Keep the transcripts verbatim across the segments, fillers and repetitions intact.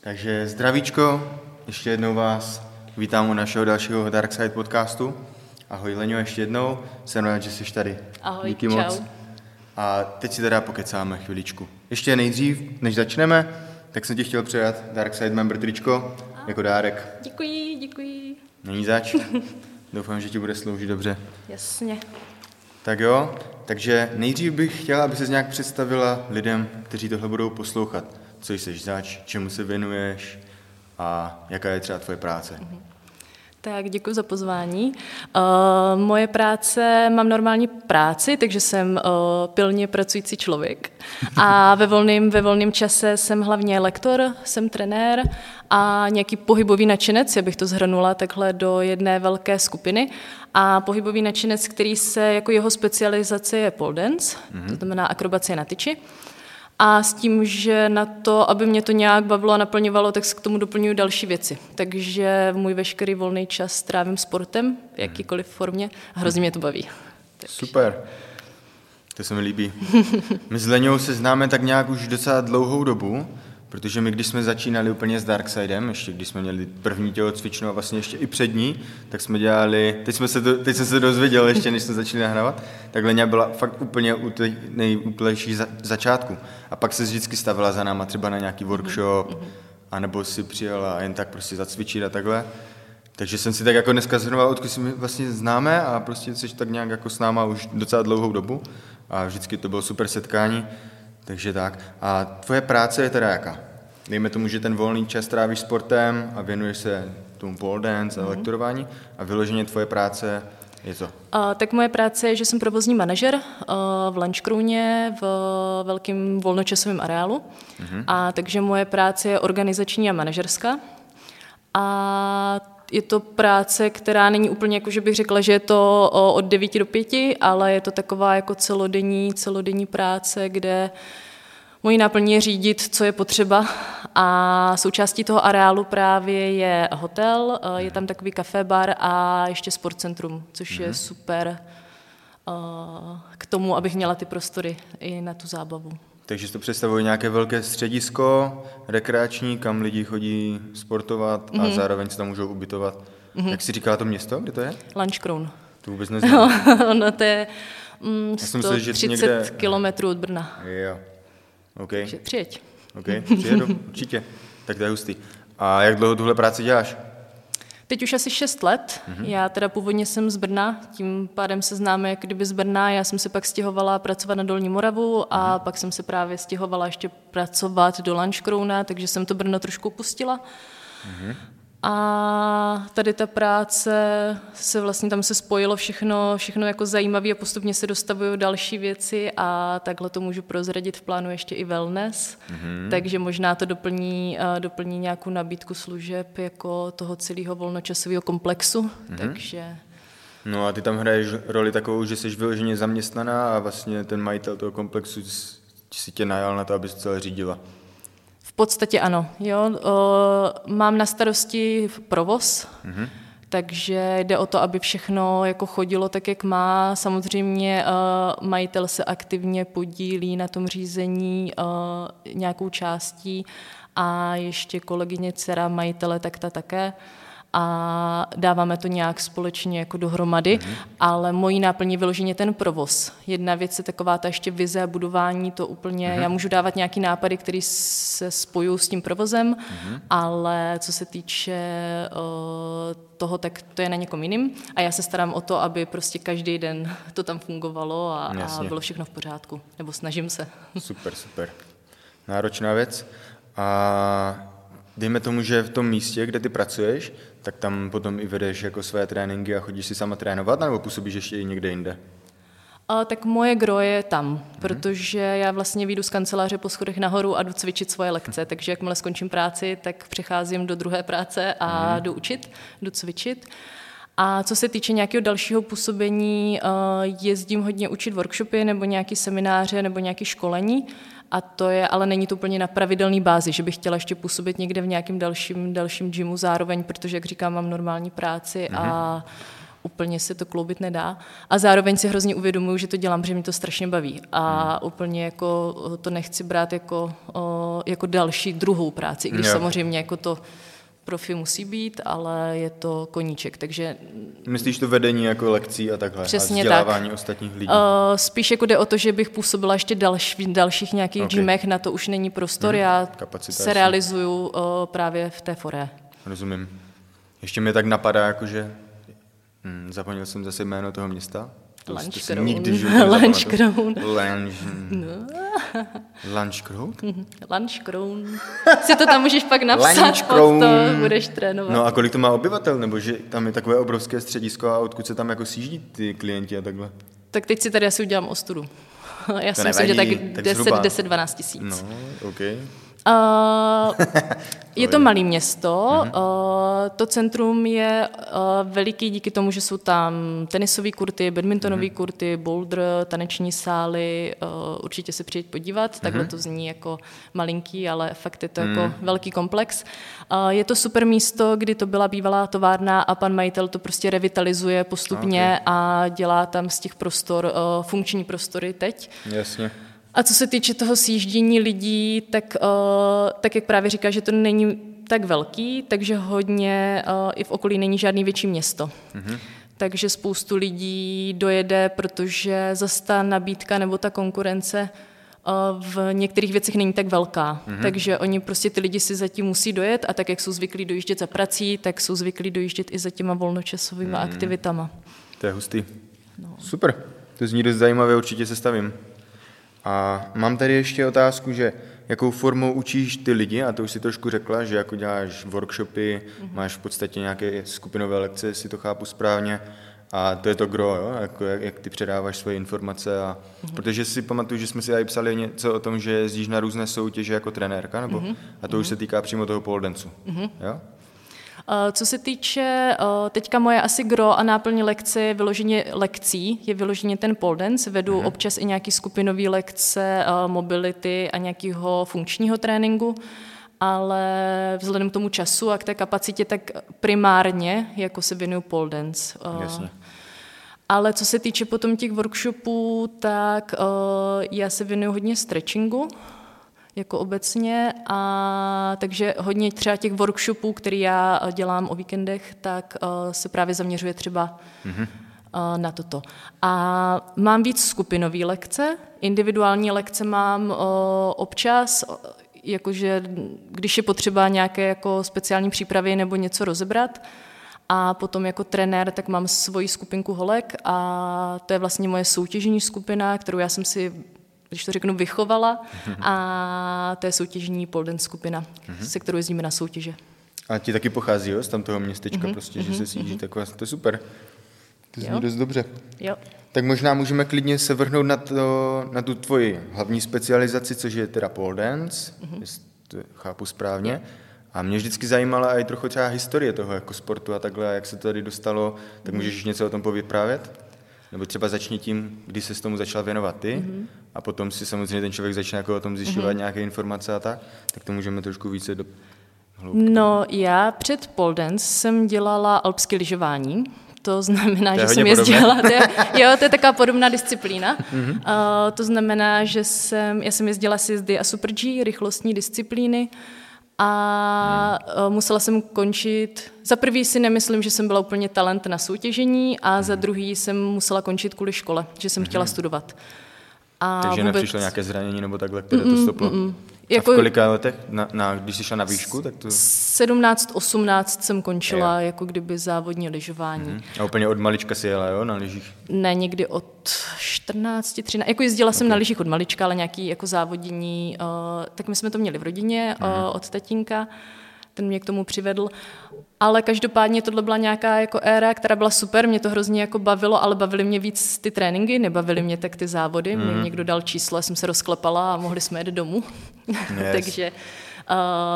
Takže zdravíčko, ještě jednou vás vítám u našeho dalšího Dark Side podcastu. Ahoj Leňo, ještě jednou, jsem rád, že jsi tady. Ahoj, díky čau. moc. A teď si teda pokecáme chviličku. Ještě nejdřív, než začneme, tak jsem ti chtěl předat Dark Side Member tričko jako dárek. Děkuji, děkuji. Není zač? Doufám, že ti bude sloužit dobře. Jasně. Tak jo, takže nejdřív bych chtěla, aby ses nějak představila lidem, kteří tohle budou poslouchat. Co jsi zač, čemu se věnuješ a jaká je třeba tvoje práce. Tak děkuji za pozvání. Uh, moje práce, mám normální práci, takže jsem uh, pilně pracující člověk. A ve volném, ve volném čase jsem hlavně lektor, jsem trenér a nějaký pohybový nadšenec, já bych to zhrnula takhle do jedné velké skupiny. A pohybový nadšenec, který se, jako jeho specializace je pole dance, mm-hmm. to znamená akrobacie na tyči. A s tím, že na to, aby mě to nějak bavilo a naplňovalo, tak se k tomu doplňuji další věci. Takže můj veškerý volný čas trávím sportem, v jakýkoliv formě, a hrozně mě to baví. Takže. Super, to se mi líbí. My s Leňou se známe tak nějak už docela dlouhou dobu, protože my, když jsme začínali úplně s Darksidem, ještě když jsme měli první tělocvičnu a vlastně ještě i přední, tak jsme dělali, teď, jsme se do, teď jsem se dozvěděl ještě, než jsme začali nahrávat, tak Leňa byla fakt úplně u té nejúplejší za, začátku. A pak se vždycky stavila za náma třeba na nějaký workshop, mm-hmm. anebo si přijela jen tak prostě zacvičit a takhle. Takže jsem si tak jako dneska zhrnoval, odkud si my vlastně známe a prostě jsi tak nějak jako s náma už docela dlouhou dobu a vždycky to bylo super setkání. Takže tak. A tvoje práce je teda jaká? Dejme tomu, že ten volný čas trávíš sportem a věnuješ se tomu pole dance a mm-hmm. lektorování a vyloženě tvoje práce je co? Uh, tak moje práce je, že jsem provozní manažer uh, v Lanškrouně v velkém volnočasovém areálu. Mm-hmm. A takže moje práce je organizační a manažerská. A je to práce, která není úplně, jako že bych řekla, že je to od devíti do pěti, ale je to taková jako celodenní, celodenní práce, kde mojí náplní je řídit, co je potřeba. A součástí toho areálu právě je hotel, je tam takový kafe, bar a ještě sportcentrum, což mm-hmm. je super k tomu, abych měla ty prostory i na tu zábavu. Takže to představuje nějaké velké středisko rekreační, kam lidi chodí sportovat a mm-hmm. zároveň se tam můžou ubytovat. Mm-hmm. Jak jsi říkala to město, kde to je? Lanškroun. To vůbec neznám. No, no to je mm, sto třicet někde... kilometrů od Brna. Jo, OK. Takže přijeď. OK, přijedu, určitě. Tak to je hustý. A jak dlouho tuhle práci děláš? Teď už asi šest let. Mm-hmm. Já teda původně jsem z Brna, tím pádem se známe jak kdyby z Brna. Já jsem se pak stěhovala pracovat na Dolní Moravu a mm-hmm. pak jsem se právě stěhovala ještě pracovat do Lanškrouna, takže jsem to Brno trošku opustila. Mm-hmm. A tady ta práce se vlastně tam se spojilo všechno, všechno jako zajímavé a postupně se dostavují další věci a takhle to můžu prozradit, v plánu ještě i wellness, mm-hmm. takže možná to doplní, doplní nějakou nabídku služeb jako toho celého volnočasového komplexu, mm-hmm. takže... No a ty tam hraješ roli takovou, že jsi vyloženě zaměstnaná a vlastně ten majitel toho komplexu si tě najal na to, aby se celé řídila. V podstatě ano. Jo. O, mám na starosti provoz, mm-hmm. takže jde o to, aby všechno jako chodilo tak, jak má. Samozřejmě o, majitel se aktivně podílí na tom řízení o, nějakou částí a ještě kolegyně dcera majitele, tak ta také. A dáváme to nějak společně jako dohromady, mm-hmm. ale mojí náplní je vyloženě ten provoz. Jedna věc je taková ta ještě vize a budování, to úplně, mm-hmm. já můžu dávat nějaký nápady, které se spojují s tím provozem, mm-hmm. ale co se týče o, toho, tak to je na někom jiným a já se starám o to, aby prostě každý den to tam fungovalo a, a bylo všechno v pořádku, nebo snažím se. Super, super. Náročná věc. A dejme tomu, že v tom místě, kde ty pracuješ, tak tam potom i vedeš jako své tréninky a chodíš si sama trénovat, nebo působíš ještě i někde jinde? A, tak moje gro je tam, mm-hmm. protože já vlastně vyjdu z kanceláře po schodech nahoru a jdu cvičit svoje lekce, takže jakmile skončím práci, tak přecházím do druhé práce a mm-hmm. jdu učit, jdu cvičit. A co se týče nějakého dalšího působení, jezdím hodně učit workshopy nebo nějaké semináře nebo nějaké školení. A to je, ale není to úplně na pravidelné bázi, že bych chtěla ještě působit někde v nějakém dalším, dalším gymu zároveň, protože, jak říkám, mám normální práci mm-hmm. a úplně se to kloubit nedá. A zároveň si hrozně uvědomuji, že to dělám, protože mi to strašně baví. A hmm. úplně jako to nechci brát jako, jako další druhou práci, i když yeah. samozřejmě jako to profi musí být, ale je to koníček, takže... Myslíš to vedení jako lekcí a takhle? Přesně a vzdělávání tak. ostatních lidí? Uh, spíš jako jde o to, že bych působila ještě další, v dalších nějakých okay. gymech, na to už není prostor, hmm. já Kapacita se jasný. realizuju uh, právě v té Foré. Rozumím. Ještě mě tak napadá, jakože... Hm, zapomněl jsem zase jméno toho města. Lunchcrown. Lunchcrown. Lunchcrown? Lunchcrown. Si to tam můžeš pak napsat, pod to budeš trénovat. No a kolik to má obyvatel? Nebo že tam je takové obrovské středisko a odkud se tam jako sjíždí ty klienti a takhle? Tak teď si tady asi udělám ostudu. Já to si myslím, že tak deset dvanáct tisíc. No, OK. Uh, je to malé město, uh, to centrum je uh, veliký díky tomu, že jsou tam tenisové kurty, badmintonové kurty, boulder, taneční sály, uh, určitě se přijeď podívat, takhle to zní jako malinký, ale fakt je to jako velký komplex. Uh, je to super místo, kdy to byla bývalá továrna a pan majitel to prostě revitalizuje postupně okay. a dělá tam z těch prostor uh, funkční prostory teď. Jasně. A co se týče toho sjíždění lidí, tak, uh, tak jak právě říká, že to není tak velký, takže hodně uh, i v okolí není žádný větší město. Mm-hmm. Takže spoustu lidí dojede, protože zase ta nabídka nebo ta konkurence uh, v některých věcech není tak velká. Mm-hmm. Takže oni prostě ty lidi si zatím musí dojet a tak, jak jsou zvyklí dojíždět za prací, tak jsou zvyklí dojíždět i za těma volnočasovými mm. aktivitama. To je hustý. No. Super, to zní dost zajímavé, určitě se stavím. A mám tady ještě otázku, že jakou formou učíš ty lidi, a to už si trošku řekla, že jako děláš workshopy, mm-hmm. máš v podstatě nějaké skupinové lekce, si to chápu správně, a to je to gro, jo? Jako jak, jak ty předáváš svoje informace. A, mm-hmm. Protože si pamatuju, že jsme si tady psali něco o tom, že jezdíš na různé soutěže jako trenérka, nebo, mm-hmm. a to už se týká přímo toho pole danceu. Mm-hmm. Jo? Co se týče, teďka moje asi gro a náplň lekce vyloženě lekcí, je vyloženě ten pole dance. Vedu mm-hmm. občas i nějaký skupinový lekce, mobility a nějakého funkčního tréninku, ale vzhledem k tomu času a k té kapacitě, tak primárně jako se věnuju pole dance. Jasně. Ale co se týče potom těch workshopů, tak já se věnuju hodně stretchingu, jako obecně, a takže hodně třeba těch workshopů, který já dělám o víkendech, tak uh, se právě zaměřuje třeba mm-hmm. uh, na toto. A mám víc skupinové lekce, individuální lekce mám uh, občas, jakože když je potřeba nějaké jako speciální přípravy nebo něco rozebrat, a potom jako trenér, tak mám svoji skupinku holek a to je vlastně moje soutěžní skupina, kterou já jsem si, když to řeknu, vychovala, a to je soutěžní pole dance skupina, mm-hmm. se kterou jezdíme na soutěže. A ti taky pochází, jo, z tam toho městečka, mm-hmm. prostě, že mm-hmm. se sjíždí, takové, to je super. To zní jo. dost dobře. Jo. Tak možná můžeme klidně se vrhnout na, to, na tu tvoji hlavní specializaci, což je teda pole dance, mm-hmm. jestli to chápu správně. Jo. A mě vždycky zajímala i trochu třeba historie toho jako sportu a takhle, jak se to tady dostalo, tak mm-hmm. můžeš něco o tom povyprávět? Nebo třeba začni tím, kdy se s tomu začal věnovat ty, mm-hmm. a potom si samozřejmě ten člověk začne jako o tom zjišťovat mm-hmm. nějaké informace a tak, tak to můžeme trošku více do hloubky. No, já před pole dance jsem dělala alpské lyžování. To znamená, to že jsem jezdila, to je, jo, to je taková podobná disciplína. Mm-hmm. Uh, to znamená, že jsem, já jsem jezdila sjezdy a super G, rychlostní disciplíny, a hmm. musela jsem končit, za prvý si nemyslím, že jsem byla úplně talent na soutěžení, a za druhý jsem musela končit kvůli škole, že jsem hmm. chtěla studovat. A takže vůbec nepřišlo nějaké zranění nebo takhle, které to stoplo? Mm, mm. Jako, a v kolika letech, na, na, když jsi šla na výšku? Tak to... sedmnáct osmnáct jsem končila jako kdyby závodní lyžování. Mm. A úplně od malička si jela, jo, na lyžích? Ne, někdy od čtrnáct, třináct, jako jezdila okay. jsem na lyžích od malička, ale nějaký jako závodění, uh, tak my jsme to měli v rodině mm. uh, od tatínka, ten mě k tomu přivedl. Ale každopádně tohle byla nějaká jako éra, která byla super, mě to hrozně jako bavilo, ale bavily mě víc ty tréninky, nebavily mě tak ty závody. Mm. Mě někdo dal číslo, já jsem se rozklepala a mohli jsme jet domů. Yes. Takže uh,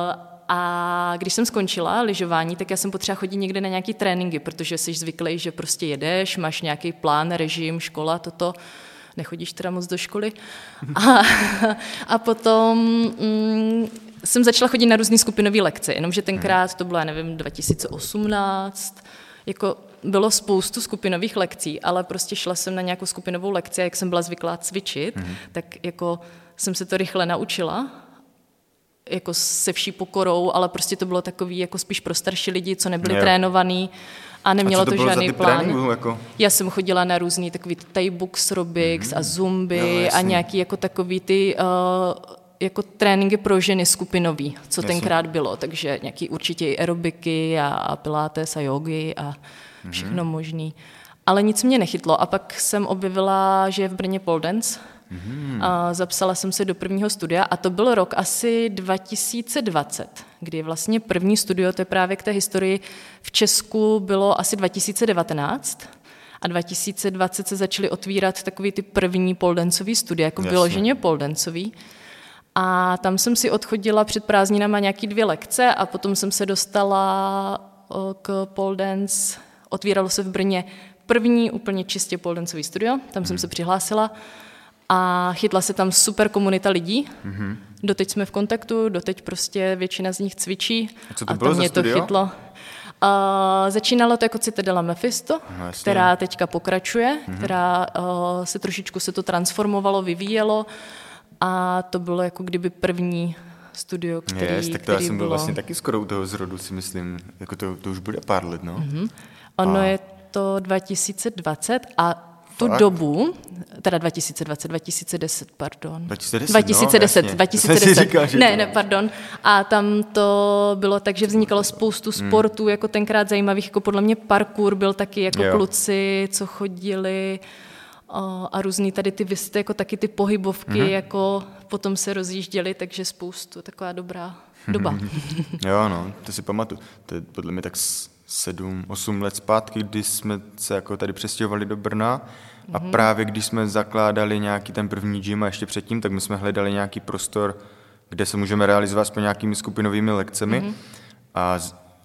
a když jsem skončila lyžování, tak já jsem potřeba chodit někde na nějaký tréninky, protože jsi zvyklý, že prostě jedeš, máš nějaký plán, režim, škola, toto. Nechodíš teda moc do školy. A, a potom mm, jsem začala chodit na různé skupinové lekce, jenomže tenkrát to bylo, já nevím, dva tisíce osmnáct, jako bylo spoustu skupinových lekcí, ale prostě šla jsem na nějakou skupinovou lekci a jak jsem byla zvyklá cvičit, mm-hmm. tak jako jsem se to rychle naučila, jako se vší pokorou, ale prostě to bylo takový jako spíš pro starší lidi, co nebyli Jo. trénovaný a nemělo a co to, to bylo žádný za ty plán. tréninku, jako? Já jsem chodila na různý takový Thai Books, Robics mm-hmm. a Zumby jo, a nějaký jako takový ty uh, jako tréninky pro ženy skupinový, co jasně. tenkrát bylo, takže nějaký určitě i aerobiky a, a pilates a jogy a všechno mm-hmm. možný. Ale nic mě nechytlo a pak jsem objevila, že je v Brně pole dance. Mm-hmm. A zapsala jsem se do prvního studia a to byl rok asi dva tisíce dvacet, kdy vlastně první studio, to je právě k té historii, v Česku bylo asi dva tisíce devatenáct a dva tisíce dvacet se začaly otvírat takový ty první pole danceový studia, jako vyloženě pole danceový. A tam jsem si odchodila před prázdninama nějaký dvě lekce a potom jsem se dostala k pole dance. Otvíralo se v Brně první úplně čistě pole danceový studio, tam jsem se přihlásila a chytla se tam super komunita lidí. Mm-hmm. Doteď jsme v kontaktu, doteď prostě většina z nich cvičí. A co to a bylo tam za mě studio? to chytlo. A začínalo to jako Citadela Mephisto, no, která teďka pokračuje, mm-hmm. která uh, se trošičku se to transformovalo, vyvíjelo a to bylo jako kdyby první studio, který, yes, tak to který já jsem byl bylo... vlastně taky skoro u toho zrodu, si myslím, jako to, to už bude pár let, no. Mm-hmm. Ono a... je to dva tisíce dvacet a tu Fakt? dobu, teda dva tisíce dvacet, dva tisíce deset, pardon. dva tisíce deset, dva tisíce deset, no, dva tisíce deset. Říkal, že ne, to... ne, pardon. A tam to bylo tak, že vznikalo spoustu sportů, hmm. jako tenkrát zajímavých, jako podle mě parkour byl taky jako jo. kluci, co chodili o, a různý tady ty vysty, jako taky ty pohybovky, hmm. jako potom se rozjížděli, takže spoustu, taková dobrá doba. Jo, no, to si pamatuju. To je podle mě tak sedm, osm let zpátky, kdy jsme se jako tady přestěhovali do Brna a mm-hmm. právě když jsme zakládali nějaký ten první gym a ještě předtím, tak my jsme hledali nějaký prostor, kde se můžeme realizovat s nějakými skupinovými lekcemi mm-hmm. a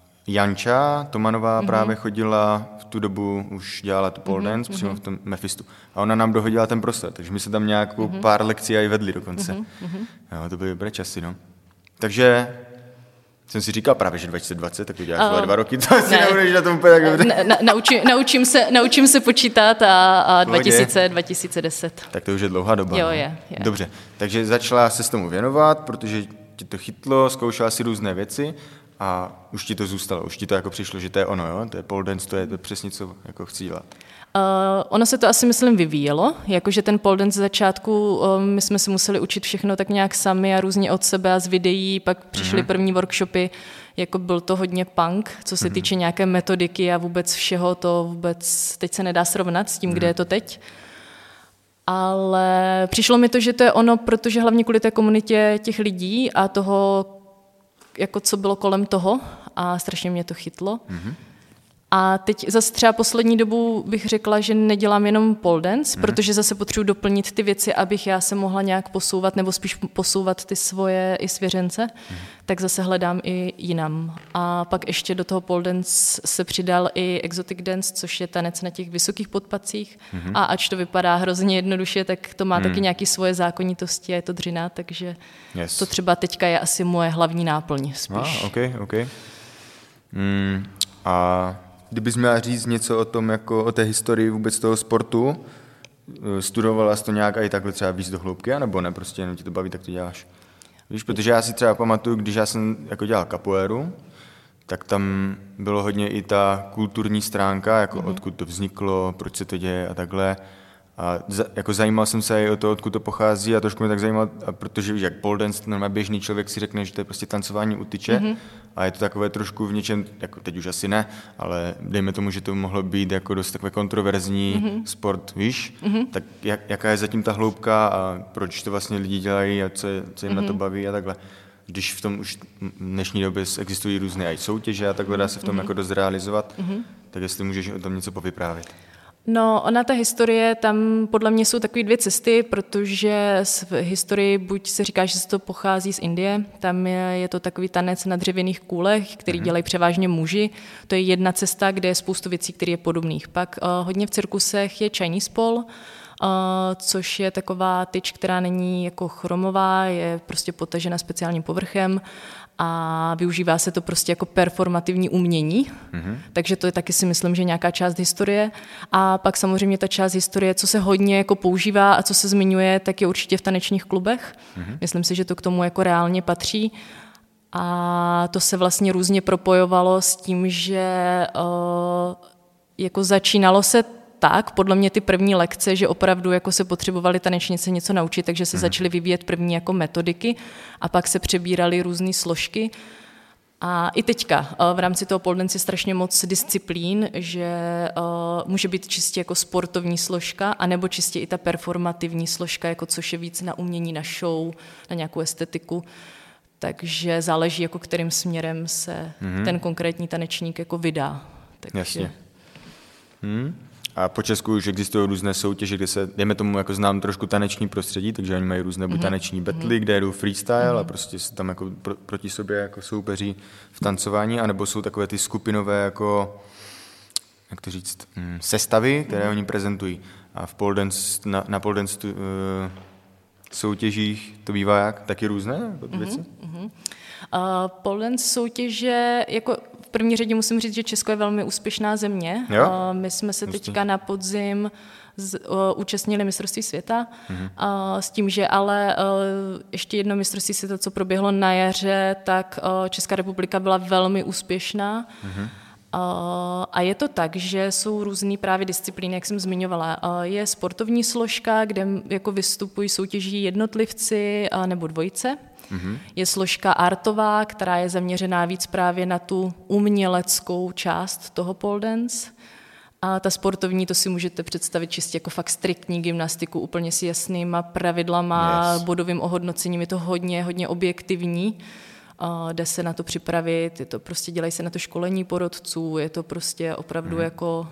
Janča Tomanová mm-hmm. právě chodila v tu dobu, už dělala tu pole dance mm-hmm. přímo v tom Mephistu a ona nám dohodila ten prostor, takže my se tam nějakou mm-hmm. pár lekcí i vedli dokonce. Mm-hmm. Jo, to byly dobré časy, no. Takže jsem si říkal právě, že dva tisíce dvacet, tak to děláš uh, dva roky, to asi nebudeš na tom úplně tak dobře. Na, na, naučím, naučím, se, naučím se počítat a, a dva tisíce, dva tisíce deset. Tak to už je dlouhá doba. Jo, je, je. Dobře, takže začala se s tomu věnovat, protože ti to chytlo, zkoušela si různé věci a už ti to zůstalo, už ti to jako přišlo, že to je ono, jo? To je pole dance, to je to přesně, co jako chci dělat. Uh, ono se to asi, myslím, vyvíjelo, jakože ten pole dance z začátku, um, my jsme si museli učit všechno tak nějak sami a různě od sebe a z videí, pak přišly mm-hmm. první workshopy, jako byl to hodně punk, co se mm-hmm. týče nějaké metodiky a vůbec všeho, to vůbec teď se nedá srovnat s tím, mm-hmm. kde je to teď. Ale přišlo mi to, že to je ono, protože hlavně kvůli té komunitě těch lidí a toho, jako co bylo kolem toho a strašně mě to chytlo. Mm-hmm. A teď zase třeba poslední dobu bych řekla, že nedělám jenom pole dance, mm. protože zase potřebuji doplnit ty věci, abych já se mohla nějak posouvat, nebo spíš posouvat ty svoje i svěřence, mm. tak zase hledám i jinam. A pak ještě do toho pole dance se přidal i exotic dance, což je tanec na těch vysokých podpacích. Mm. A ač to vypadá hrozně jednoduše, tak to má mm. taky nějaké svoje zákonitosti a je to dřina, takže yes. to třeba teďka je asi moje hlavní náplň spíš. Ah, okay, okay. Mm, a kdybys měla říct něco o tom, jako o té historii vůbec toho sportu, studovala jsi to nějak i takhle třeba víc do hloubky, anebo ne, prostě jenom ti to baví, tak to děláš? Víš, protože já si třeba pamatuju, když já jsem jako dělal capoeiru, tak tam bylo hodně i ta kulturní stránka, jako mm-hmm. odkud to vzniklo, proč se to děje a takhle. A za, jako zajímal jsem se i o to, odkud to pochází a trošku mě tak zajímalo, a protože víš, jak pole dance, normálně běžný člověk si řekne, že to je prostě tancování u tyče mm-hmm. a je to takové trošku v něčem, jako teď už asi ne, ale dejme tomu, že to mohlo být jako dost takové kontroverzní mm-hmm. sport, víš, mm-hmm. tak jak, jaká je zatím ta hloubka a proč to vlastně lidi dělají a co, co jim mm-hmm. na to baví a takhle. Když v tom už v dnešní době existují různé i soutěže a takhle dá se v tom mm-hmm. jako dost realizovat, mm-hmm. tak jestli můžeš o tom něco povyprávět. No, ona ta historie, tam podle mě jsou takové dvě cesty, protože v historii buď se říká, že se to pochází z Indie, tam je, je to takový tanec na dřevěných kůlech, který mm-hmm. dělají převážně muži. To je jedna cesta, kde je spoustu věcí, které je podobných. Pak uh, hodně v cirkusech je Chinese pole, což je taková tyč, která není jako chromová, je prostě potažena speciálním povrchem a využívá se to prostě jako performativní umění, mm-hmm. takže to je taky si myslím, že nějaká část historie. A pak samozřejmě ta část historie, co se hodně jako používá a co se zmiňuje, tak je určitě v tanečních klubech. Mm-hmm. Myslím si, že to k tomu jako reálně patří. A to se vlastně různě propojovalo s tím, že uh, jako začínalo se tak, podle mě ty první lekce, že opravdu jako se potřebovali tanečnice něco naučit, takže se mm. začaly vyvíjet první jako metodiky a pak se přebíraly různé složky. A i teďka uh, v rámci toho pole dance je strašně moc disciplín, že uh, může být čistě jako sportovní složka, anebo čistě i ta performativní složka, jako což je víc na umění, na show, na nějakou estetiku. Takže záleží, jako kterým směrem se mm-hmm. ten konkrétní tanečník jako vydá. Takže... Jasně. Hmm. A po Česku už existují různé soutěže, kde se, dejme tomu, jako znám trošku taneční prostředí, takže oni mají různé buď taneční battly, kde jdou freestyle mm-hmm. a prostě se tam jako pro, proti sobě jako soupeří v tancování, anebo jsou takové ty skupinové jako, jak to říct, mm, sestavy, které mm-hmm. oni prezentují. A v pole dance, na, na pole dance tu, uh, soutěžích to bývá jak? Taky různé mm-hmm. věci? Mm-hmm. Uh, pole dance soutěže, jako v první řadě musím říct, že Česko je velmi úspěšná země. Jo? Uh, my jsme se Justý. teďka na podzim z, uh, účastnili mistrovství světa mm-hmm. uh, s tím, že ale uh, ještě jedno mistrovství světa, co proběhlo na jaře, tak uh, Česká republika byla velmi úspěšná. Mm-hmm. Uh, a je to tak, že jsou různý právě disciplíny, jak jsem zmiňovala. Uh, je sportovní složka, kde jako vystupují soutěží jednotlivci uh, nebo dvojice. Mm-hmm. Je složka artová, která je zaměřená víc právě na tu uměleckou část toho pole dance. A ta sportovní, to si můžete představit čistě jako fakt striktní gymnastiku, úplně s jasnýma pravidlama, yes. bodovým ohodnocením, je to hodně, hodně objektivní. Uh, jde se na to připravit, je to prostě dělají se na to školení porodců, je to prostě opravdu mm. jako,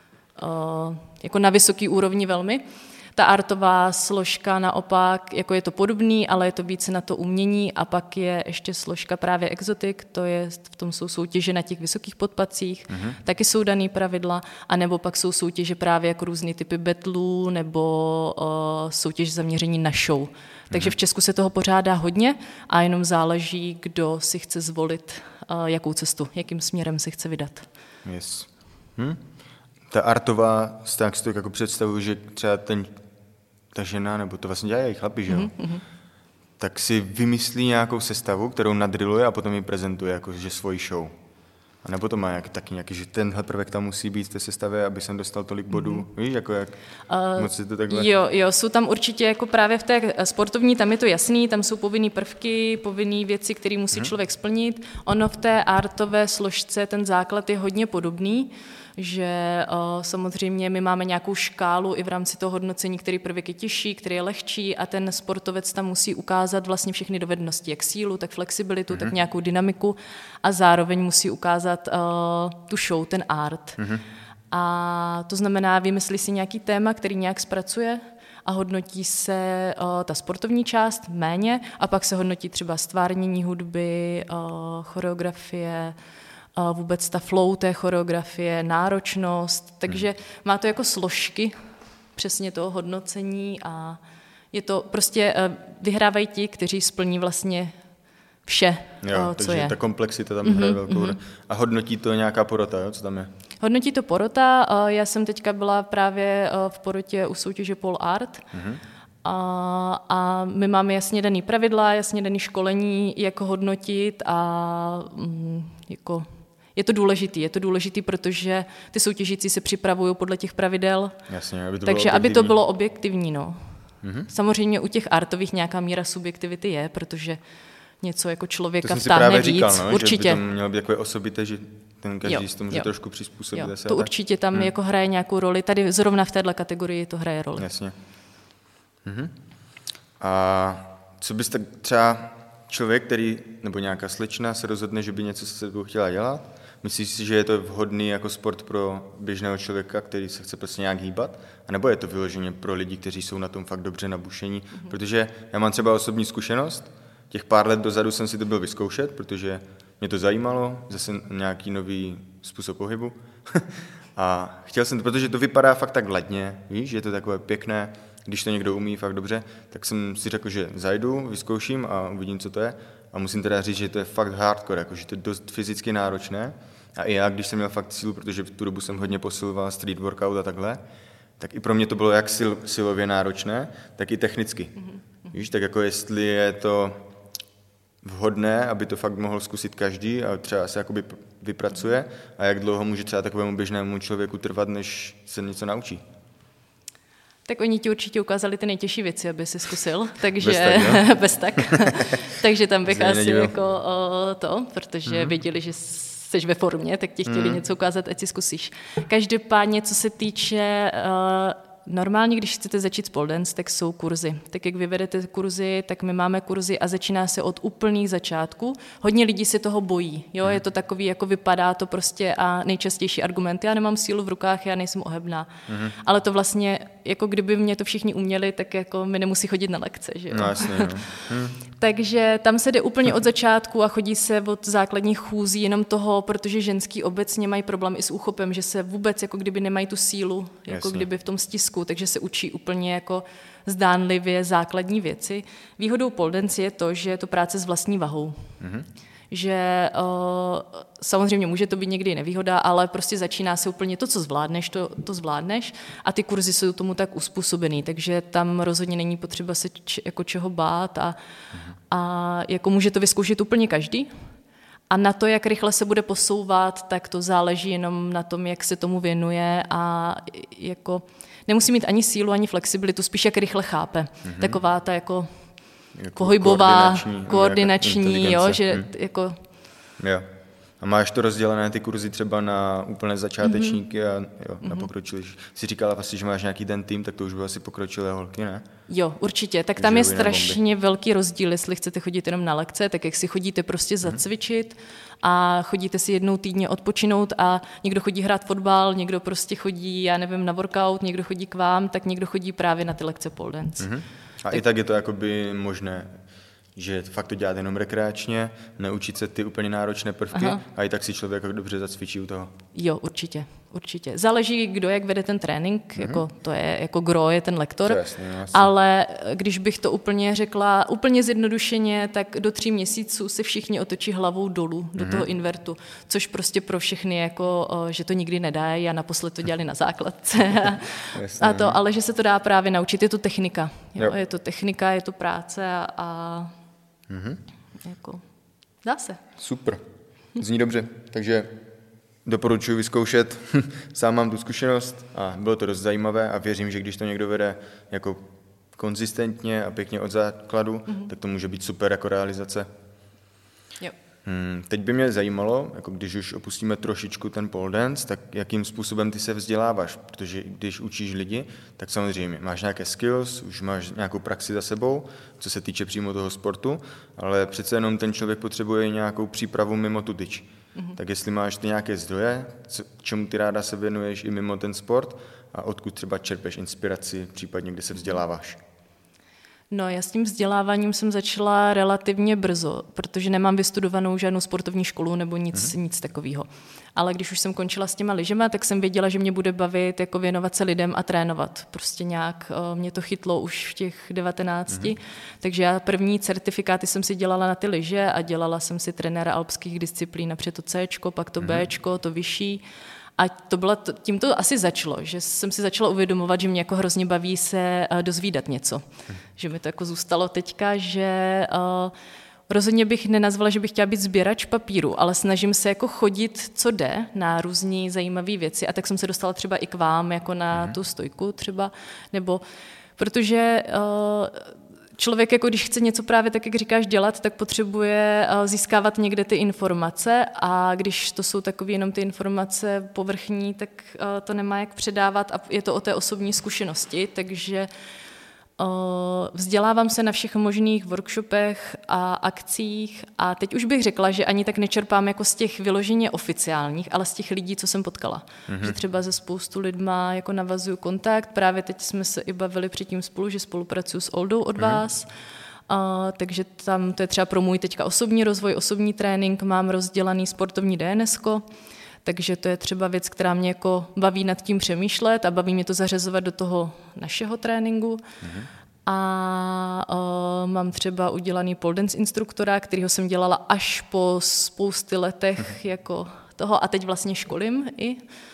uh, jako na vysoký úrovni velmi. Ta artová složka naopak, jako je to podobný, ale je to více na to umění a pak je ještě složka právě exotic, to je, v tom jsou soutěže na těch vysokých podpacích, mm-hmm. taky jsou daný pravidla, anebo pak jsou soutěže právě jako různý typy battlů nebo uh, soutěž zaměření na show. Takže v Česku se toho pořádá hodně a jenom záleží, kdo si chce zvolit, uh, jakou cestu, jakým směrem se chce vydat. Yes. Hm? Ta artová, tak si to jako představuji, že třeba ten, ta žena, nebo to vlastně dělají chlapi, že jo? Mm-hmm. Tak si vymyslí nějakou sestavu, kterou nadriluje a potom ji prezentuje jako že svoji show. A nebo to má jak, taky nějaký, že tenhle prvek tam musí být v té sestavě, aby jsem dostal tolik bodů. Mm-hmm. Víš, jako jak uh, moc si to takhle... Jo, jo, jsou tam určitě jako právě v té sportovní, tam je to jasný, tam jsou povinný prvky, povinný věci, které musí mm-hmm. člověk splnit. Ono v té artové složce, ten základ je hodně podobný, že uh, samozřejmě my máme nějakou škálu i v rámci toho hodnocení, který prvek je těžší, který je lehčí a ten sportovec tam musí ukázat vlastně všechny dovednosti, jak sílu, tak flexibilitu, mm-hmm. tak nějakou dynamiku a zároveň musí ukázat uh, tu show, ten art. Mm-hmm. A to znamená, vymyslí si nějaký téma, který nějak zpracuje a hodnotí se uh, ta sportovní část méně a pak se hodnotí třeba stvárnění hudby, uh, choreografie, vůbec ta flow té choreografie, náročnost, takže hmm. má to jako složky přesně toho hodnocení a je to prostě, vyhrávají ti, kteří splní vlastně vše, jo, co takže je. Ta komplexita tam mm-hmm, hraje velkou mm-hmm. A hodnotí to nějaká porota, jo? Co tam je? Hodnotí to porota, já jsem teďka byla právě v porotě u soutěže Pole Art, mm-hmm. A, a my máme jasně daný pravidla, jasně daný školení, jak hodnotit a mm, jako... Je to důležitý, je to důležitý, protože ty soutěžící se připravují podle těch pravidel, jasně, aby to takže bylo aby to bylo objektivní. No. Mm-hmm. Samozřejmě u těch artových nějaká míra subjektivity je, protože něco jako člověka to vtáhne víc. Říkal, no, určitě. Že by to mělo být takové osobité, že ten každý jo, s tom může jo. trošku přizpůsobit. Jo, to tak. Určitě tam hmm. jako hraje nějakou roli. Tady zrovna v této kategorii to hraje roli. Jasně. Mhm. A co bys tak třeba člověk, který, nebo nějaká slečna se rozhodne, že by něco se sebou chtěla dělat, myslíš si, že je to vhodný jako sport pro běžného člověka, který se chce prostě nějak hýbat? A nebo je to vyloženě pro lidi, kteří jsou na tom fakt dobře nabušení? Mm-hmm. Protože já mám třeba osobní zkušenost, těch pár let dozadu jsem si to byl vyzkoušet, protože mě to zajímalo, zase nějaký nový způsob pohybu. A chtěl jsem to, protože to vypadá fakt tak ledně, víš, že je to takové pěkné, když to někdo umí fakt dobře, tak jsem si řekl, že zajdu, vyzkouším a uvidím, co to je. A musím teda říct, že to je fakt hardcore, jako, že to je dost fyzicky náročné. A i já, když jsem měl fakt sílu, protože v tu dobu jsem hodně posiloval street workout a takhle, tak i pro mě to bylo jak sil, silově náročné, tak i technicky. Mm-hmm. Víš, tak jako jestli je to vhodné, aby to fakt mohl zkusit každý a třeba se jakoby vypracuje a jak dlouho může třeba takovému běžnému člověku trvat, než se něco naučí. Tak oni ti určitě ukázali ty nejtěžší věci, aby si zkusil, takže bez tak, bez tak. Takže tam bych asi nedělal. jako o, to, protože mm-hmm. věděli, že jsi ve formě, tak ti chtěli mm. něco ukázat, ať si zkusíš. Každopádně, co se týče uh, normálně, když chcete začít s pole dance, tak jsou kurzy. Tak jak vy vedete kurzy, tak my máme kurzy a začíná se od úplných začátků. Hodně lidí se toho bojí. Jo? Je to takový, jako vypadá to prostě a nejčastější argument. Já nemám sílu v rukách, já nejsem ohebná. Mm-hmm. Ale to vlastně, jako kdyby mě to všichni uměli, tak jako mi nemusí chodit na lekce. Že jo? No, jasně, no. hm. Takže tam se jde úplně od začátku a chodí se od základních chůzí jenom toho, protože ženský obecně mají problém i s úchopem, že se vůbec jako kdyby nemají tu sílu, jako Jasně. kdyby v tom stisku, takže se učí úplně jako zdánlivě základní věci. Výhodou pole dance je to, že je to práce s vlastní vahou. Mm-hmm. Že uh, samozřejmě může to být někdy nevýhoda, ale prostě začíná se úplně to, co zvládneš, to, to zvládneš a ty kurzy jsou tomu tak uspůsobený, takže tam rozhodně není potřeba se č, jako čeho bát a, mm-hmm. a jako může to vyzkoušet úplně každý. A na to, jak rychle se bude posouvat, tak to záleží jenom na tom, jak se tomu věnuje a jako nemusí mít ani sílu, ani flexibilitu, spíš jak rychle chápe. Mm-hmm. Taková ta jako Jako pohybová, koordinační, koordinační jo, že hmm. jako... Jo. A máš to rozdělené ty kurzy třeba na úplné začátečníky mm-hmm. a jo, na mm-hmm. pokročilé. Jsi říkala vlastně, že máš nějaký ten tým, tak to už bylo asi pokročilé holky, ne? Jo, určitě. Tak tam je strašně velký rozdíl, jestli chcete chodit jenom na lekce, tak jak si chodíte prostě mm-hmm. zacvičit a chodíte si jednou týdně odpočinout a někdo chodí hrát fotbal, někdo prostě chodí, já nevím, na workout, někdo chodí k vám, tak někdo chodí právě na ty lekce pole dance. Mm-hmm. A tak... i tak je to jakoby možné, že fakt to dělat jenom rekreačně, neučit se ty úplně náročné prvky Aha. a i tak si člověk dobře zacvičí u toho. Jo, určitě, určitě. Záleží, kdo jak vede ten trénink, mm-hmm. jako to je, jako gro je ten lektor, jasný, jasný. Ale když bych to úplně řekla, úplně zjednodušeně, tak do tří měsíců se všichni otočí hlavou dolů do mm-hmm. toho invertu, což prostě pro všechny jako, že to nikdy nedají a naposled to dělali na základce a, jasný, a to, ale že se to dá právě naučit, je to technika, jo? Jo. Je to technika, je to práce a, a mm-hmm. jako, dá se. Super, zní dobře, takže doporučuji vyzkoušet, sám mám tu zkušenost a bylo to dost zajímavé a věřím, že když to někdo vede jako konzistentně a pěkně od základu, mm-hmm. tak to může být super jako realizace. Jo. Hmm, teď by mě zajímalo, jako když už opustíme trošičku ten pole dance, tak jakým způsobem ty se vzděláváš, protože když učíš lidi, tak samozřejmě máš nějaké skills, už máš nějakou praxi za sebou, co se týče přímo toho sportu, ale přece jenom ten člověk potřebuje nějakou přípravu mimo tu tyč. Mm-hmm. Tak jestli máš ty nějaké zdroje, co, čemu ty ráda se věnuješ i mimo ten sport a odkud třeba čerpeš inspiraci, případně kde se vzděláváš? No, já s tím vzděláváním jsem začala relativně brzo, protože nemám vystudovanou žádnou sportovní školu nebo nic, mm-hmm. nic takového. Ale když už jsem končila s těma lyžema, tak jsem věděla, že mě bude bavit jako věnovat se lidem a trénovat. Prostě nějak mě to chytlo už v těch devatenácti. Mm-hmm. Takže já první certifikáty jsem si dělala na ty lyže a dělala jsem si trenéra alpských disciplín, napřed to Cčko, pak to mm-hmm. Bčko, to vyšší. A to bylo, tím to asi začalo, že jsem si začala uvědomovat, že mě jako hrozně baví se dozvídat něco. Hmm. Že mi to jako zůstalo teďka, že uh, rozhodně bych nenazvala, že bych chtěla být sběrač papíru, ale snažím se jako chodit, co jde, na různý zajímavé věci. A tak jsem se dostala třeba i k vám, jako na hmm. tu stojku třeba, nebo protože... Uh, Člověk, jako když chce něco právě tak, jak říkáš, dělat, tak potřebuje získávat někde ty informace a když to jsou takové jenom ty informace povrchní, tak to nemá jak předávat a je to o té osobní zkušenosti, takže vzdělávám se na všech možných workshopech a akcích a teď už bych řekla, že ani tak nečerpám jako z těch vyloženě oficiálních, ale z těch lidí, co jsem potkala. Mm-hmm. Že třeba ze spoustu lidma jako navazuju kontakt, právě teď jsme se i bavili předtím spolu, že spolupracuju s Oldou od mm-hmm. vás, a, takže tam to je třeba pro můj teďka osobní rozvoj, osobní trénink, mám rozdělaný sportovní D N S ko, Takže to je třeba věc, která mě jako baví nad tím přemýšlet a baví mě to zařazovat do toho našeho tréninku. Mm-hmm. A uh, mám třeba udělaný pole dance instruktora, kterýho jsem dělala až po spousty letech jako toho a teď vlastně školím i.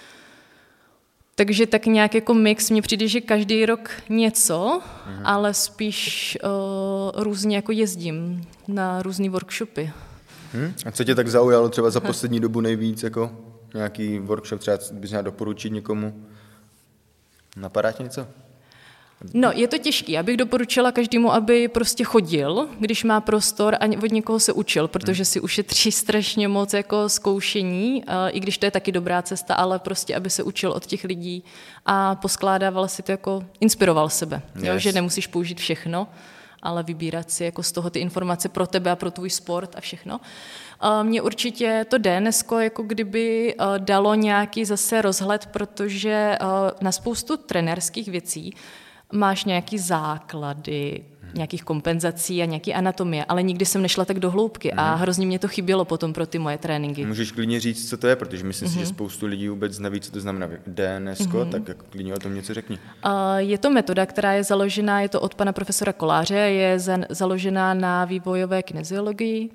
Takže tak nějak jako mix, mně přijde, že každý rok něco, mm-hmm. ale spíš uh, různě jako jezdím na různý workshopy. Hmm? A co tě tak zaujalo třeba za poslední dobu nejvíc, jako nějaký workshop, třeba bys měla doporučit někomu? Napadá tě něco? No, je to těžký. Já bych doporučila každému, aby prostě chodil, když má prostor a od někoho se učil, protože si ušetří strašně moc jako zkoušení, i když to je taky dobrá cesta, ale prostě, aby se učil od těch lidí a poskládával si to jako, inspiroval sebe, yes. jo, že nemusíš použít všechno, ale vybírat si jako z toho ty informace pro tebe a pro tvůj sport a všechno. Mně určitě to D N S ko jako kdyby dalo nějaký zase rozhled, protože na spoustu trenérských věcí máš nějaký základy, nějakých kompenzací a nějaký anatomie, ale nikdy jsem nešla tak do hloubky a hrozně mě to chybělo potom pro ty moje tréninky. Můžeš klidně říct, co to je, protože myslím si, že spoustu lidí vůbec neví, co to znamená D N S ko, tak jako klidně o tom něco řekni. Je to metoda, která je založená, je to od pana profesora Koláře, je založená na vývojové kineziologii.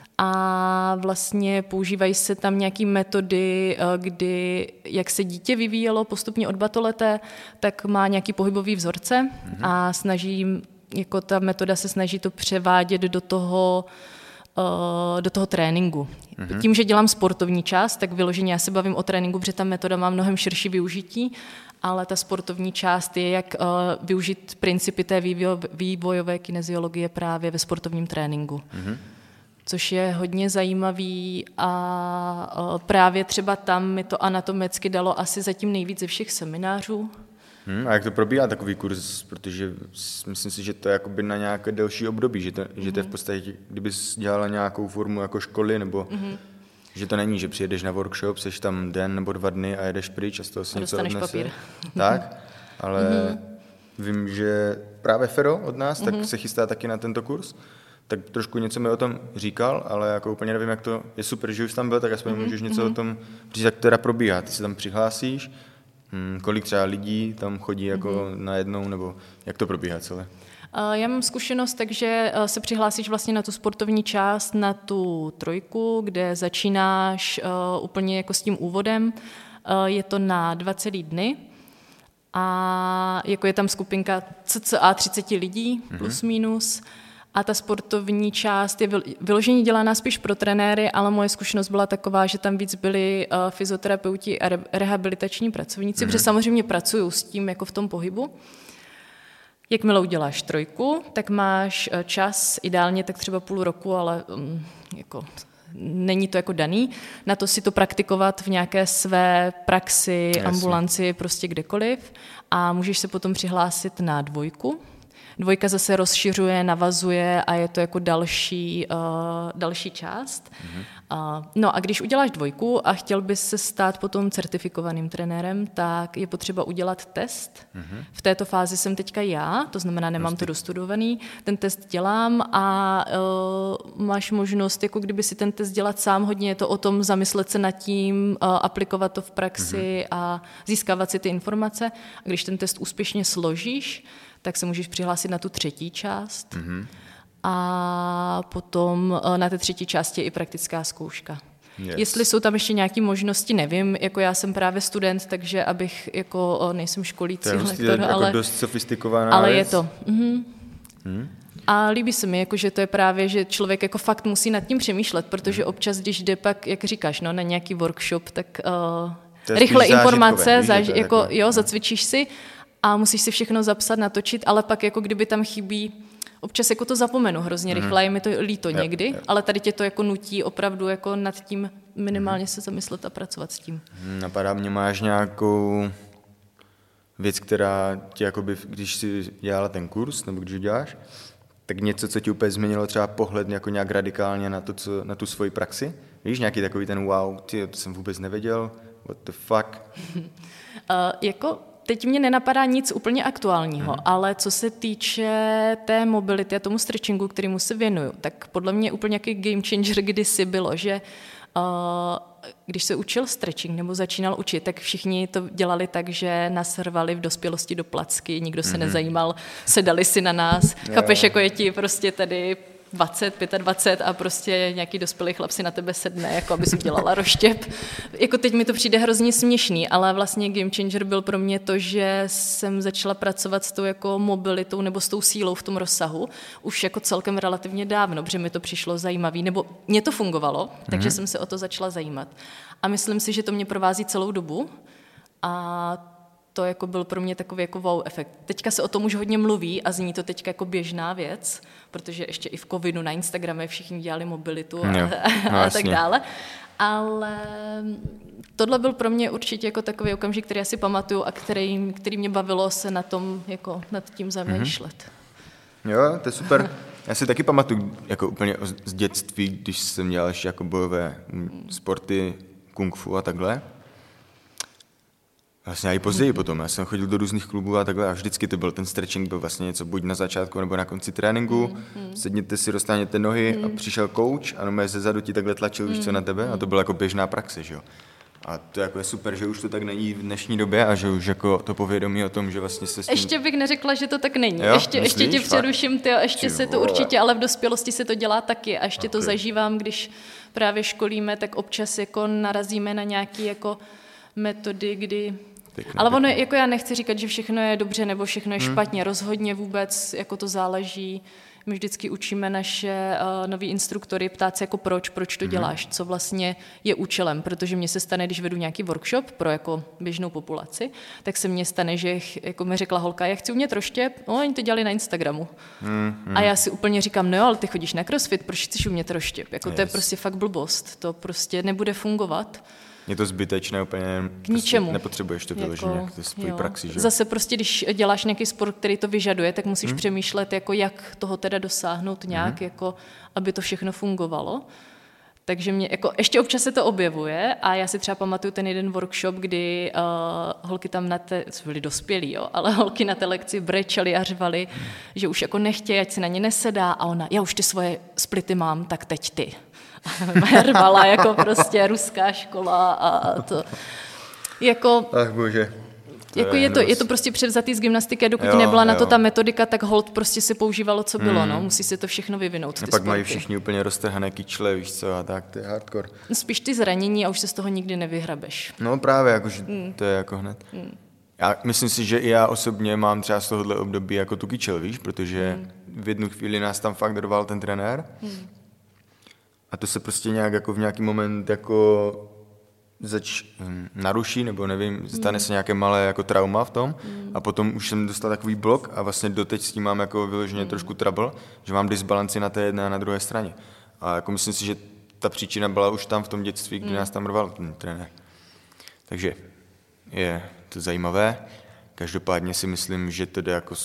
A vlastně používají se tam nějaké metody, kdy, jak se dítě vyvíjelo postupně od batoleté, tak má nějaký pohybový vzorce mm-hmm. a snaží, jako ta metoda se snaží to převádět do toho, do toho tréninku. Mm-hmm. Tím, že dělám sportovní část, tak vyloženě já se bavím o tréninku, protože ta metoda má mnohem širší využití, ale ta sportovní část je, jak využít principy té vývojové kineziologie právě ve sportovním tréninku. Mm-hmm. Což je hodně zajímavý a právě třeba tam mi to anatomicky dalo asi zatím nejvíc ze všech seminářů. Hmm, a jak to probíhá takový kurz? Protože myslím si, že to je jakoby na nějaké delší období, že to, mm-hmm. že to je v podstatě, kdybys dělala nějakou formu jako školy, nebo mm-hmm. že to není, že přijedeš na workshop, seš tam den nebo dva dny a jedeš pryč a z toho si něco odnese. Papír. Tak, ale mm-hmm. vím, že právě Fero od nás mm-hmm. tak se chystá taky na tento kurz. Tak trošku něco mi o tom říkal, ale jako úplně nevím, jak to je super, že už tam byl, tak aspoň mm-hmm. můžeš něco mm-hmm. o tom říct, jak to teda probíhá. Ty se tam přihlásíš, hm, kolik třeba lidí tam chodí jako mm-hmm. najednou, nebo jak to probíhá celé? Já mám zkušenost, takže se přihlásíš vlastně na tu sportovní část, na tu trojku, kde začínáš uh, úplně jako s tím úvodem. Uh, je to na dva celý dny a jako je tam skupinka cca třicet lidí, mm-hmm. plus minus. A ta sportovní část je vyloženě dělaná spíš pro trenéry, ale moje zkušenost byla taková, že tam víc byli uh, fyzioterapeuti a re- rehabilitační pracovníci, mm-hmm. protože samozřejmě pracují s tím jako v tom pohybu. Jakmile uděláš trojku, tak máš uh, čas, ideálně tak třeba půl roku, ale um, jako není to jako daný, na to si to praktikovat v nějaké své praxi, Jasně. ambulanci, prostě kdekoliv a můžeš se potom přihlásit na dvojku. Dvojka zase rozšiřuje, navazuje a je to jako další, uh, další část. Mm-hmm. Uh, no a když uděláš dvojku a chtěl bys se stát potom certifikovaným trenérem, tak je potřeba udělat test. Mm-hmm. V této fázi jsem teďka já, to znamená, nemám Vlastně. to dostudovaný. Ten test dělám a uh, máš možnost, jako kdyby si ten test dělat sám, hodně je to o tom zamyslet se nad tím, uh, aplikovat to v praxi mm-hmm. a získávat si ty informace. A když ten test úspěšně složíš, tak se můžeš přihlásit na tu třetí část mm-hmm. a potom na té třetí části je i praktická zkouška. Yes. Jestli jsou tam ještě nějaké možnosti, nevím, jako já jsem právě student, takže abych, jako nejsem školící lektor, jako ale, dost sofistikovaná ale věc. je to. Mhm. Hmm. A líbí se mi, jako, že to je právě, že člověk jako fakt musí nad tím přemýšlet, protože občas, když jde pak, jak říkáš, no, na nějaký workshop, tak uh, rychle informace, záž, jako, jako, jo, zacvičíš si, a musíš si všechno zapsat, natočit, ale pak jako kdyby tam chybí, občas jako to zapomenu hrozně rychle, mm. je mi to líto yep, někdy, yep. ale tady tě to jako nutí opravdu jako nad tím minimálně mm. se zamyslet a pracovat s tím. Napadá mě, máš nějakou věc, která ti jakoby, když jsi dělala ten kurz, nebo když ho děláš, tak něco, co ti úplně změnilo třeba pohled jako nějak radikálně na, to, co, na tu svoji praxi? Víš, nějaký takový ten wow, ty, to jsem vůbec nevěděl, what the fuck? uh, jako Teď mě nenapadá nic úplně aktuálního, hmm. ale co se týče té mobility a tomu stretchingu, kterému se věnuju, tak podle mě úplně nějaký game changer kdysi bylo, že uh, když se učil stretching nebo začínal učit, tak všichni to dělali tak, že nás rvali v dospělosti do placky, nikdo se mm-hmm. nezajímal, sedali si na nás, yeah. Chápeš, jako je ti prostě tady dvacet, dvacet pět a prostě nějaký dospělý chlap si na tebe sedne, jako aby si udělala roštěp. Jako teď mi to přijde hrozně směšný, ale vlastně game changer byl pro mě to, že jsem začala pracovat s tou jako mobilitou nebo s tou sílou v tom rozsahu už jako celkem relativně dávno, protože mi to přišlo zajímavý, nebo mě to fungovalo, takže mm-hmm. jsem se o to začala zajímat. A myslím si, že to mě provází celou dobu a to jako byl pro mě takový jako wow efekt. Teďka se o tom už hodně mluví a zní to teďka jako běžná věc, protože ještě i v covidu na Instagramu všichni dělali mobilitu a, jo, no a tak dále. Ale tohle byl pro mě určitě jako takový okamžik, který já si pamatuju a který, který mě bavilo se na tom, jako nad tím zamýšlet. Mm-hmm. Jo, to je super. Já si taky pamatuju jako úplně z dětství, když jsem dělal ještě jako bojové sporty, kung fu a takhle. Vlastně i později mm. potom. Já jsem chodil do různých klubů a takhle a vždycky to byl ten stretching, byl vlastně něco buď na začátku nebo na konci tréninku. Mm. Sedněte si, roztáhněte nohy mm. a přišel coach a no ze zadu ti takhle tlačil mm. už co na tebe a to byla jako běžná praxe, že jo. A to jako je super, že už to tak není v dnešní době a že už jako to povědomí o tom, že vlastně se s tím... Ještě bych neřekla, že to tak není. Jo? Ještě, ještě tě přeruším, tyjo, ještě Či se to určitě, ale v dospělosti se to dělá taky a ještě okay. to zažívám, když právě školíme, tak občas jako narazíme na nějaké jako metody, kdy... Pěkný, ale ono, jako já nechci říkat, že všechno je dobře nebo všechno je hmm. špatně, rozhodně vůbec jako to záleží. My vždycky učíme naše uh, nový instruktory ptát se jako proč, proč to děláš, co vlastně je účelem, protože mně se stane, když vedu nějaký workshop pro jako běžnou populaci, tak se mně stane, že jako mi řekla holka, já chci umět roštěp, no oni to dělali na Instagramu. Hmm, hmm. A já si úplně říkám, no jo, ale ty chodíš na crossfit, proč chceš umět roštěp? Jako yes. To je prostě fakt blbost, to prostě nebude fungovat. Je to zbytečné, úplně k ničemu. Prostě nepotřebuješ to vyložit jako, nějak to svojí praxi. Že? Zase prostě, když děláš nějaký sport, který to vyžaduje, tak musíš hmm. přemýšlet, jako jak toho teda dosáhnout nějak, hmm. jako, aby to všechno fungovalo. Takže mě, jako, ještě občas se to objevuje a já si třeba pamatuju ten jeden workshop, kdy uh, holky tam na té, byly dospělí, jo, ale holky na té lekci brečely a řvaly, hmm. že už jako nechtějí, ať se na ně nesedá a ona, já už ty svoje splity mám, tak teď ty. Rvala jako prostě ruská škola a to. Jako, Ach bože. To jako je, je, to, je to prostě převzatý z gymnastiky a dokud jo, nebyla jo. na to ta metodika, tak hold prostě se používalo, co bylo. Mm. No. Musí se to všechno vyvinout. A pak sporty. Mají všichni úplně roztrhané kyčle, víš co, a tak, to je hardcore. Spíš ty zranění a už se z toho nikdy nevyhrabeš. No právě, jakože mm. to je jako hned. Mm. Já myslím si, že i já osobně mám třeba z tohohle období jako tu kyčel, víš, protože mm. v jednu chvíli nás tam fakt dorval ten trenér. Mm. A to se prostě nějak jako v nějaký moment jako zač hm, naruší, nebo nevím, stane se nějaké malé jako trauma v tom mm. a potom už jsem dostal takový blok a vlastně doteď s tím mám jako vyloženě mm. trošku trouble, že mám disbalanci na té jedné a na druhé straně. A jako myslím si, že ta příčina byla už tam v tom dětství, kdy mm. nás tam rval ten trenér. Takže je to zajímavé. Každopádně si myslím, že to jde jako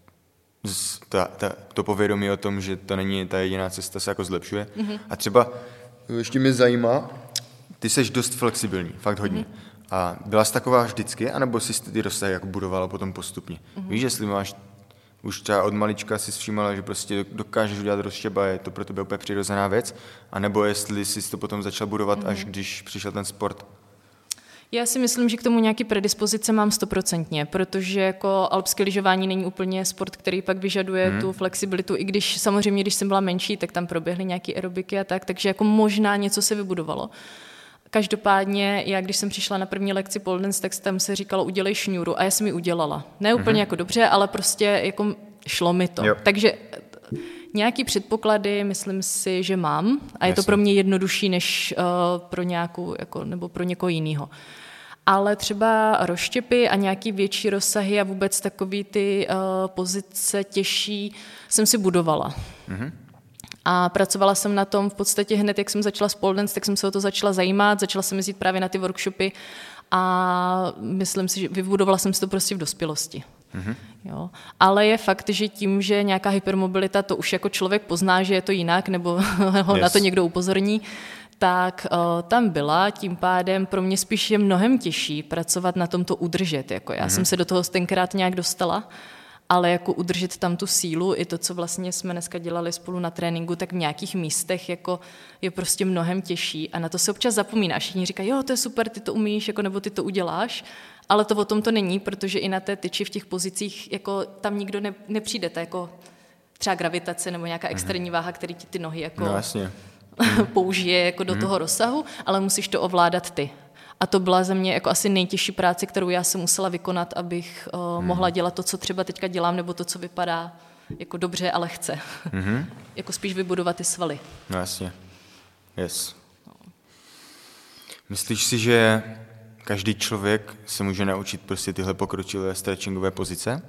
Ta, ta, to povědomí o tom, že to není ta jediná cesta, se jako zlepšuje. Mm-hmm. A třeba ještě mě zajímá, ty seš dost flexibilní, fakt hodně. Mm-hmm. A byla jsi taková vždycky, anebo jsi ty rozsahy jako budovala potom postupně? Mm-hmm. Víš, jestli máš, už třeba od malička si všímala, že prostě dokážeš udělat rozštěp a je to pro tebe úplně přirozená věc, anebo jestli jsi to potom začal budovat, mm-hmm. až když přišel ten sport? Já si myslím, že k tomu nějaký predispozice mám stoprocentně, protože jako alpské lyžování není úplně sport, který pak vyžaduje hmm. tu flexibilitu, i když samozřejmě, když jsem byla menší, tak tam proběhly nějaké aerobiky a tak, takže jako možná něco se vybudovalo. Každopádně, já když jsem přišla na první lekci pole dance, tak tam se říkalo udělej šňůru a já jsem ji udělala. Ne úplně hmm. jako dobře, ale prostě jako šlo mi to. Jo. Takže nějaký předpoklady, myslím si, že mám a je Jasně. to pro mě jednodušší než uh, pro nějakou, jako, nebo pro někoho jiného. Ale třeba rozštěpy a nějaký větší rozsahy a vůbec takový ty uh, pozice těžší jsem si budovala. Mm-hmm. A pracovala jsem na tom v podstatě hned, jak jsem začala s pole dance, tak jsem se o to začala zajímat, začala jsem jezdit právě na ty workshopy a myslím si, že vybudovala jsem si to prostě v dospělosti. Mm-hmm. Jo. Ale je fakt, že tím, že nějaká hypermobilita, to už jako člověk pozná, že je to jinak, nebo ho yes. na to někdo upozorní, tak uh, tam byla, tím pádem pro mě spíš je mnohem těžší pracovat na tom to udržet. Jako já mm-hmm. jsem se do toho tenkrát nějak dostala ale jako udržet tam tu sílu, i to, co vlastně jsme dneska dělali spolu na tréninku, tak v nějakých místech jako je prostě mnohem těžší a na to se občas zapomíná. Všichni říkají, jo, to je super, ty to umíš, jako, nebo ty to uděláš, ale to o tom to není, protože i na té tyči v těch pozicích jako tam nikdo ne, nepřijde, ta jako třeba gravitace nebo nějaká externí váha, který ti ty nohy jako no, jasně. použije jako do hmm. toho rozsahu, ale musíš to ovládat ty. A to byla za mě jako asi nejtěžší práce, kterou já jsem musela vykonat, abych uh, hmm. mohla dělat to, co třeba teďka dělám, nebo to, co vypadá jako dobře a lehce. Hmm. Jako spíš vybudovat ty svaly. No jasně. Yes. No. Myslíš si, že každý člověk se může naučit prostě tyhle pokročilé stretchingové pozice?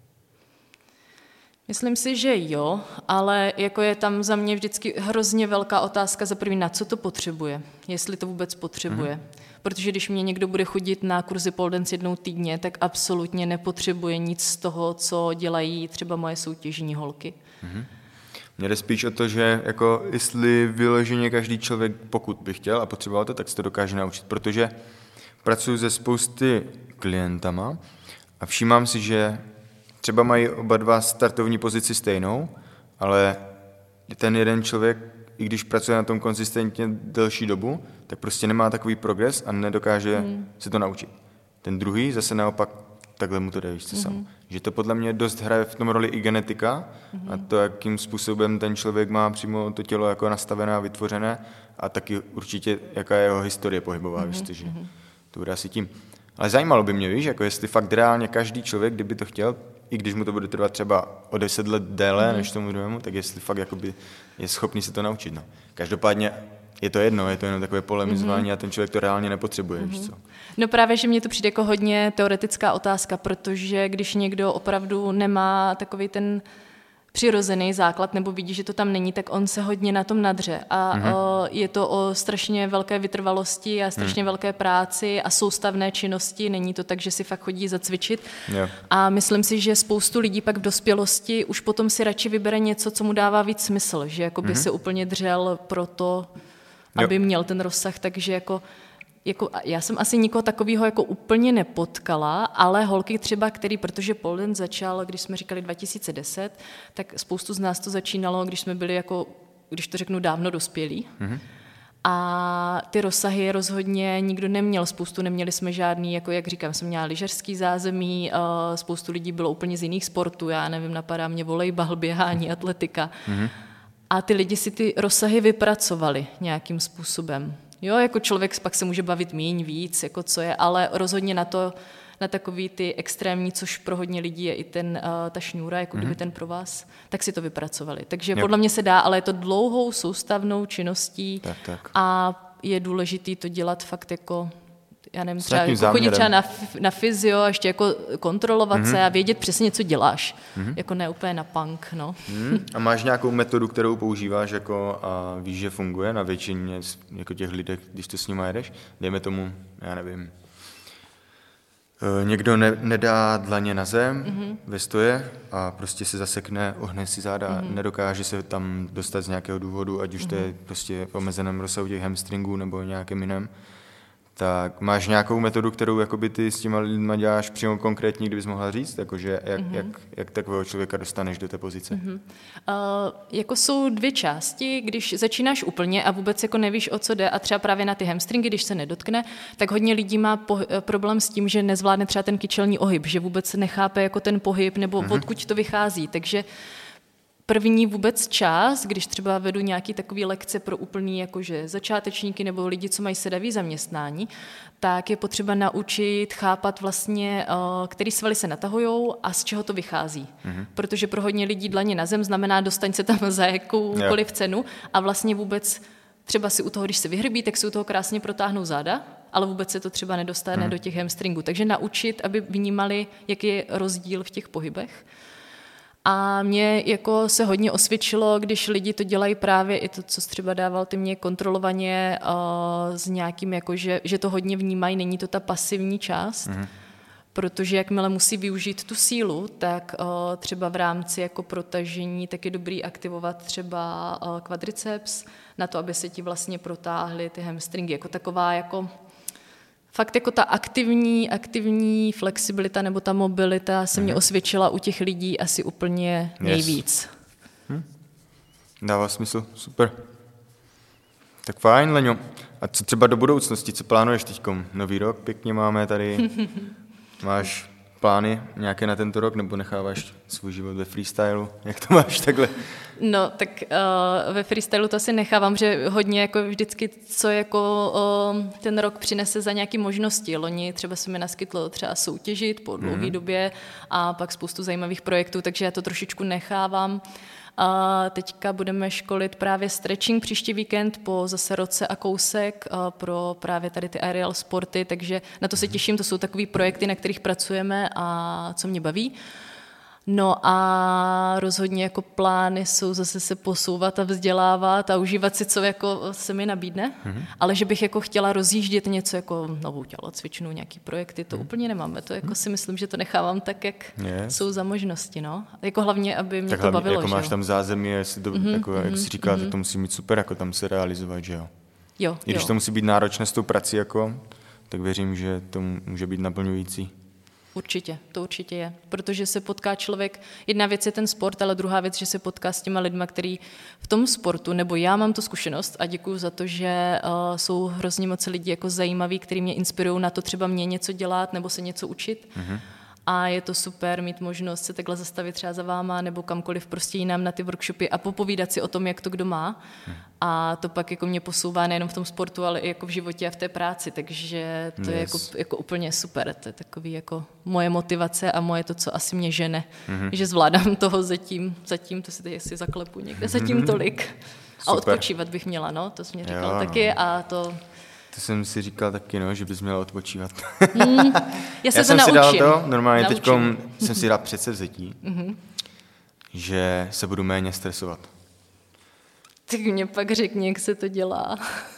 Myslím si, že jo, ale jako je tam za mě vždycky hrozně velká otázka za první, na co to potřebuje, jestli to vůbec potřebuje. Mm-hmm. Protože když mě někdo bude chodit na kurzy pole dance jednou týdně, tak absolutně nepotřebuje nic z toho, co dělají třeba moje soutěžní holky. Mm-hmm. Mně jde spíš o to, že jako jestli vyloženě každý člověk, pokud by chtěl a potřeboval to, tak se to dokáže naučit, protože pracuji se spousty klientama a všímám si, že třeba mají oba dva startovní pozici stejnou, ale ten jeden člověk, i když pracuje na tom konzistentně delší dobu, tak prostě nemá takový progres a nedokáže mm. se to naučit. Ten druhý zase naopak takhle mu to jde, víš co mm-hmm. samo. Že to podle mě dost hraje v tom roli i genetika mm-hmm. a to, jakým způsobem ten člověk má přímo to tělo jako nastavené a vytvořené a taky určitě, jaká je jeho historie pohybová, mm-hmm. víš co, že to bude asi tím. Ale zajímalo by mě, víš, jako jestli fakt reálně každý člověk, kdyby to chtěl, i když mu to bude trvat třeba o deset let déle mm. než tomu druhému, tak jestli fakt jakoby je schopný se to naučit. No. Každopádně je to jedno, je to jenom takové polemizování mm. a ten člověk to reálně nepotřebuje. Mm. Víš co? No právě, že mně to přijde jako hodně teoretická otázka, protože když někdo opravdu nemá takový ten přirozený základ nebo vidí, že to tam není, tak on se hodně na tom nadře. A mm-hmm. o, je to o strašně velké vytrvalosti a strašně mm. velké práci a soustavné činnosti. Není to tak, že si fakt chodí zacvičit. Yeah. A myslím si, že spoustu lidí pak v dospělosti už potom si radši vybere něco, co mu dává víc smysl. Že jako by mm-hmm. se úplně dřel pro to, aby yep. měl ten rozsah. Takže jako Jako, já jsem asi nikoho takového jako úplně nepotkala, ale holky třeba, který, protože pole dance začal, když jsme říkali dva tisíce deset, tak spoustu z nás to začínalo, když jsme byli jako, když to řeknu, dávno dospělí. Mm-hmm. A ty rozsahy rozhodně nikdo neměl, spoustu neměli jsme žádný, jako jak říkám, jsem měla lyžařský zázemí, spoustu lidí bylo úplně z jiných sportů, já nevím, napadá mě volejbal, běhání, atletika. Mm-hmm. A ty lidi si ty rozsahy vypracovali nějakým způsobem. Jo, jako člověk pak se může bavit míň, víc, jako co je, ale rozhodně na to, na takový ty extrémní, což pro hodně lidí je i ten, uh, ta šňůra, jako mm-hmm. kdyby ten pro vás, tak si to vypracovali. Takže jo. podle mě se dá, ale je to dlouhou soustavnou činností tak, tak. a je důležitý to dělat fakt jako, já nevím, třeba jako chodit třeba na, na fyzio a ještě jako kontrolovat mm-hmm. se a vědět přesně, co děláš. Mm-hmm. Jako ne úplně na punk, no. Mm. A máš nějakou metodu, kterou používáš jako a víš, že funguje na většině jako těch lidech, když to s nimi jedeš? Dejme tomu, já nevím, někdo ne, nedá dlaně na zem mm-hmm. ve stoje a prostě se zasekne, ohne si záda, mm-hmm. nedokáže se tam dostat z nějakého důvodu, ať už mm-hmm. to je prostě v omezeném rozsahu těch hamstringů nebo nějakým jiném. Tak máš nějakou metodu, kterou jakoby ty s těma lidma děláš přímo konkrétní, kdybys mohla říct? Jakože jak, mm-hmm. jak, jak takového člověka dostaneš do té pozice? Mm-hmm. Uh, jako jsou dvě části, když začínáš úplně a vůbec jako nevíš, o co jde a třeba právě na ty hamstringy, když se nedotkne, tak hodně lidí má po, problém s tím, že nezvládne třeba ten kyčelní ohyb, že vůbec nechápe jako ten pohyb nebo mm-hmm. odkud to vychází, takže první vůbec čas, když třeba vedu nějaký takový lekce pro úplný jakože začátečníky nebo lidi, co mají sedavý zaměstnání, tak je potřeba naučit chápat vlastně, který svaly se natahujou a z čeho to vychází. Mm-hmm. Protože pro hodně lidí dlaně na zem znamená dostaň se tam za jakoukoliv cenu a vlastně vůbec třeba si u toho, když se vyhrbí, tak si u toho krásně protáhnou záda, ale vůbec se to třeba nedostane mm. do těch hamstringů. Takže naučit, aby vnímali, jaký je rozdíl v těch pohybech. A mně jako se hodně osvědčilo, když lidi to dělají právě i to, co jsi třeba dával ty mě kontrolovaně uh, s nějakým, jako, že, že to hodně vnímají, není to ta pasivní část, mm. protože jakmile musí využít tu sílu, tak uh, třeba v rámci jako protažení tak je dobrý aktivovat třeba uh, kvadriceps na to, aby se ti vlastně protáhly ty hamstringy, jako taková jako fakt jako ta aktivní, aktivní flexibilita nebo ta mobilita se mě osvědčila u těch lidí asi úplně nejvíc. Yes. Hm. Dává smysl, super. Tak fajn, Leňo. A co třeba do budoucnosti, co plánuješ teďkom? Nový rok pěkně máme tady. Máš plány nějaké na tento rok, nebo necháváš svůj život ve freestylu? Jak to máš takhle? No, tak uh, ve freestylu to asi nechávám, že hodně jako vždycky, co jako uh, ten rok přinese za nějaké možnosti. Loni třeba se mi naskytlo třeba soutěžit po dlouhé mm. době a pak spoustu zajímavých projektů, takže já to trošičku nechávám. A teďka budeme školit právě stretching příští víkend po zase roce a kousek pro právě tady ty aerial sporty, takže na to se těším, to jsou takový projekty, na kterých pracujeme a co mě baví. No a rozhodně jako plány jsou zase se posouvat a vzdělávat a užívat si, co jako se mi nabídne, mm-hmm. ale že bych jako chtěla rozjíždět něco jako novou tělocvičnu, nějaký projekty, to mm-hmm. úplně nemáme. To jako si myslím, že to nechávám tak, jak yes. jsou za možnosti, no. Jako hlavně, aby mě tak to hlavně, bavilo, jako že máš tam zázemí, jestli to, mm-hmm, jako, jak jsi říkala, mm-hmm. tak to musí mít super, jako tam se realizovat, že jo. Jo, I když jo. to musí být náročné s tou prací, jako, tak věřím, že to může být naplňující. Určitě, to určitě je, protože se potká člověk, jedna věc je ten sport, ale druhá věc, že se potká s těma lidma, který v tom sportu, nebo já mám tu zkušenost a děkuju za to, že uh, jsou hrozně moc lidí jako zajímaví, kteří mě inspirují na to třeba mě něco dělat nebo se něco učit. Mm-hmm. A je to super mít možnost se takhle zastavit třeba za váma nebo kamkoliv prostě jinam na ty workshopy a popovídat si o tom, jak to kdo má. Hmm. A to pak jako mě posouvá nejenom v tom sportu, ale i jako v životě a v té práci, takže to yes. je jako, jako úplně super. To je takový jako moje motivace a moje to, co asi mě žene, mm-hmm. že zvládám toho zatím, zatím to si teď asi zaklepu někde, zatím tolik. Super. A odpočívat bych měla, no, to jsi mě říkal jo, taky a to... To jsem si říkal taky, no, že bys měla odpočívat. Mm, já se já to jsem naučím. si dal to, normálně teď jsem si dal předsevzetí, mm-hmm. že se budu méně stresovat. Tak mě pak řekni, jak se to dělá.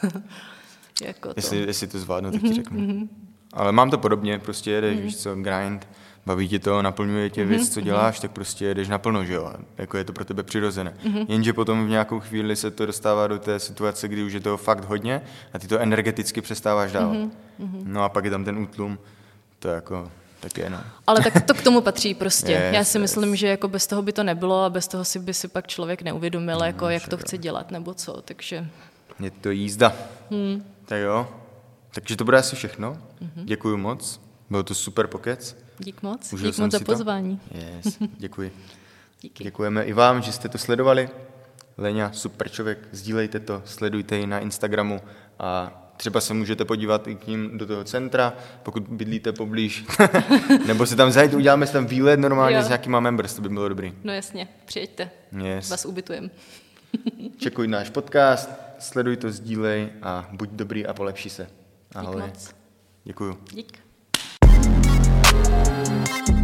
jako jestli, to. jestli to zvládnu, tak ti řeknu. Mm-hmm. Ale mám to podobně, prostě jedeš, mm-hmm. víš co, grind, baví tě to, naplňuje tě věc, co děláš, tak prostě jedeš naplno, že jo, jako je to pro tebe přirozené. Mm-hmm. Jenže potom v nějakou chvíli se to dostává do té situace, kdy už je toho fakt hodně a ty to energeticky přestáváš dávat. Mm-hmm. No a pak je tam ten útlum, to jako, tak je, no. Ale tak to k tomu patří prostě. Yes, Já si yes. myslím, že jako bez toho by to nebylo a bez toho si by si pak člověk neuvědomil, no, jako jak to chce dělat nebo co, takže... Je to jízda. Hmm. Tak jo, takže to bude asi všechno. Mm-hmm. Děkuju moc, byl to super pokec. Dík moc, Užil dík moc za to. pozvání. Yes, děkuji. Díky. Děkujeme i vám, že jste to sledovali. Leňa, super člověk, sdílejte to, sledujte ji na Instagramu a třeba se můžete podívat i k ním do toho centra, pokud bydlíte poblíž. Nebo se tam zajít, uděláme si tam výlet normálně jo. s nějakýma members, to by bylo dobrý. No jasně, přijeďte, yes. vás ubytujem. Čekuj náš podcast, sleduj to, sdílej a buď dobrý a polepší se. Ahoj. Dík moc. Děkuju. Dík.